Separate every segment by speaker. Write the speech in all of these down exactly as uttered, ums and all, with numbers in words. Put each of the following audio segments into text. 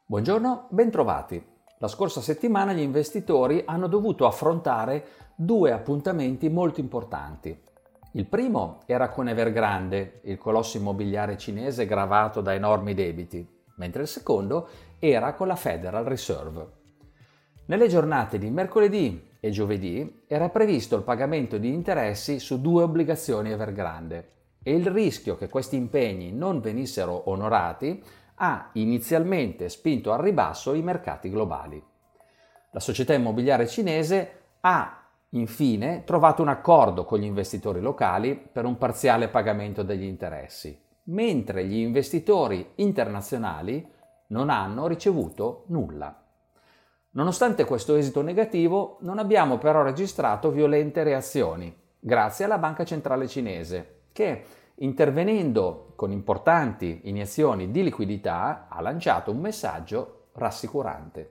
Speaker 1: Buongiorno, bentrovati. La scorsa settimana gli investitori hanno dovuto affrontare due appuntamenti molto importanti. Il primo era con Evergrande, il colosso immobiliare cinese gravato da enormi debiti, mentre il secondo era con la Federal Reserve. Nelle giornate di mercoledì e giovedì era previsto il pagamento di interessi su due obbligazioni Evergrande e il rischio che questi impegni non venissero onorati ha inizialmente spinto al ribasso i mercati globali. La società immobiliare cinese ha infine trovato un accordo con gli investitori locali per un parziale pagamento degli interessi, mentre gli investitori internazionali non hanno ricevuto nulla. Nonostante questo esito negativo, non abbiamo però registrato violente reazioni, grazie alla Banca Centrale Cinese, che, intervenendo con importanti iniezioni di liquidità, ha lanciato un messaggio rassicurante.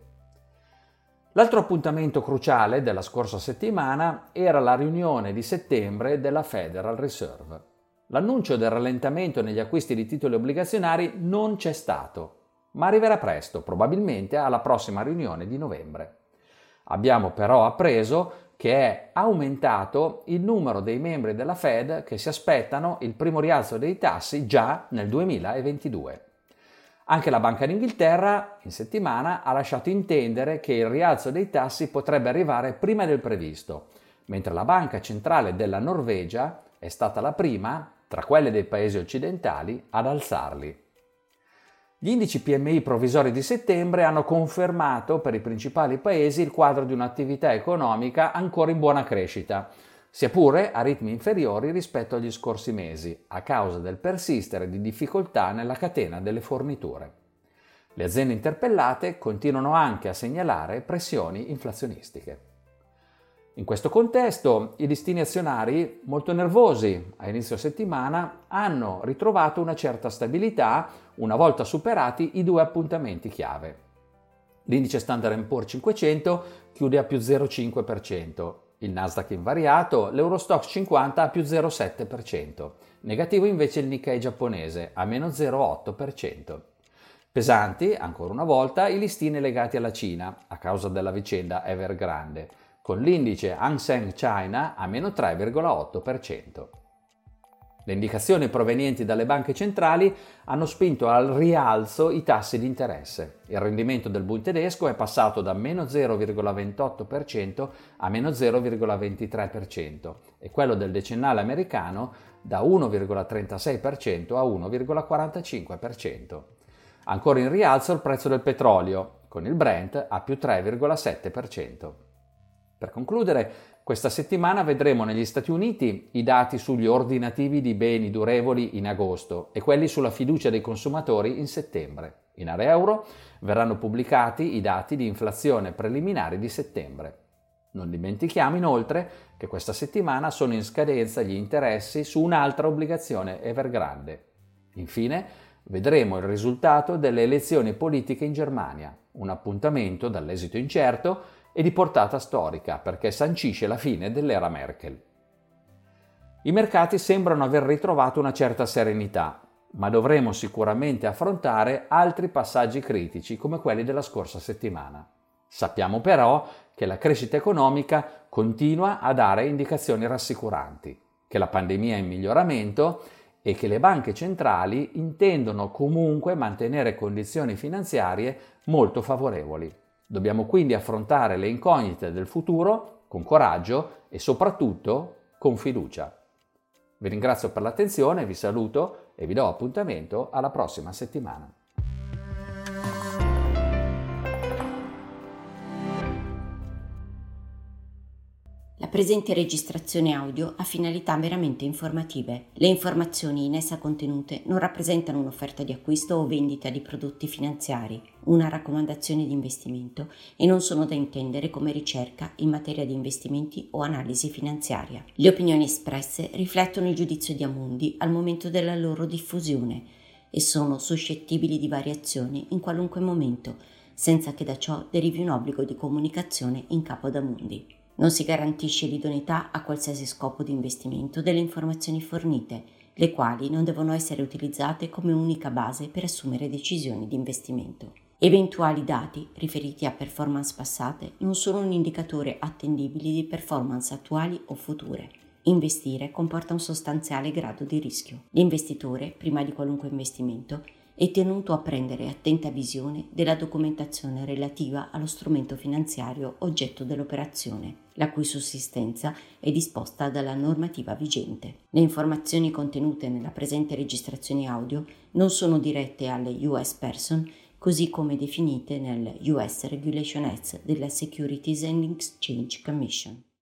Speaker 1: L'altro appuntamento cruciale della scorsa settimana era la riunione di settembre della Federal Reserve. L'annuncio del rallentamento negli acquisti di titoli obbligazionari non c'è stato, ma arriverà presto, probabilmente alla prossima riunione di novembre. Abbiamo però appreso che è aumentato il numero dei membri della Fed che si aspettano il primo rialzo dei tassi già nel duemilaventidue. Anche la Banca d'Inghilterra in settimana ha lasciato intendere che il rialzo dei tassi potrebbe arrivare prima del previsto, mentre la Banca Centrale della Norvegia è stata la prima, tra quelle dei paesi occidentali, ad alzarli. Gli indici P M I provvisori di settembre hanno confermato per i principali paesi il quadro di un'attività economica ancora in buona crescita, sia pure a ritmi inferiori rispetto agli scorsi mesi, a causa del persistere di difficoltà nella catena delle forniture. Le aziende interpellate continuano anche a segnalare pressioni inflazionistiche. In questo contesto, i listini azionari, molto nervosi a inizio settimana, hanno ritrovato una certa stabilità una volta superati i due appuntamenti chiave. L'indice Standard and Poor's cinquecento chiude a più zero virgola cinque per cento, il Nasdaq invariato, l'Eurostoxx cinquanta a più zero virgola sette per cento, negativo invece il Nikkei giapponese a meno zero virgola otto per cento. Pesanti, ancora una volta, i listini legati alla Cina, a causa della vicenda Evergrande, con l'indice Hang Seng China a meno tre virgola otto per cento. Le indicazioni provenienti dalle banche centrali hanno spinto al rialzo i tassi di interesse. Il rendimento del Bund tedesco è passato da meno zero virgola ventotto per cento a meno zero virgola ventitré per cento e quello del decennale americano da uno virgola trentasei per cento a uno virgola quarantacinque per cento. Ancora in rialzo il prezzo del petrolio, con il Brent a più tre virgola sette per cento. Per concludere, questa settimana vedremo negli Stati Uniti i dati sugli ordinativi di beni durevoli in agosto e quelli sulla fiducia dei consumatori in settembre. In area euro verranno pubblicati i dati di inflazione preliminari di settembre. Non dimentichiamo inoltre che questa settimana sono in scadenza gli interessi su un'altra obbligazione Evergrande. Infine, vedremo il risultato delle elezioni politiche in Germania, un appuntamento dall'esito incerto e di portata storica perché sancisce la fine dell'era Merkel. I mercati sembrano aver ritrovato una certa serenità, ma dovremo sicuramente affrontare altri passaggi critici come quelli della scorsa settimana. Sappiamo però che la crescita economica continua a dare indicazioni rassicuranti, che la pandemia è in miglioramento e che le banche centrali intendono comunque mantenere condizioni finanziarie molto favorevoli. Dobbiamo quindi affrontare le incognite del futuro con coraggio e soprattutto con fiducia. Vi ringrazio per l'attenzione, vi saluto e vi do appuntamento alla prossima settimana.
Speaker 2: La presente registrazione audio ha finalità meramente informative. Le informazioni in essa contenute non rappresentano un'offerta di acquisto o vendita di prodotti finanziari, una raccomandazione di investimento e non sono da intendere come ricerca in materia di investimenti o analisi finanziaria. Le opinioni espresse riflettono il giudizio di Amundi al momento della loro diffusione e sono suscettibili di variazioni in qualunque momento, senza che da ciò derivi un obbligo di comunicazione in capo ad Amundi. Non si garantisce l'idoneità a qualsiasi scopo di investimento delle informazioni fornite, le quali non devono essere utilizzate come unica base per assumere decisioni di investimento. Eventuali dati riferiti a performance passate non sono un indicatore attendibile di performance attuali o future. Investire comporta un sostanziale grado di rischio. L'investitore, prima di qualunque investimento, è tenuto a prendere attenta visione della documentazione relativa allo strumento finanziario oggetto dell'operazione, la cui sussistenza è disposta dalla normativa vigente. Le informazioni contenute nella presente registrazione audio non sono dirette alle U S Person, così come definite nel U S Regulation Act della Securities and Exchange Commission.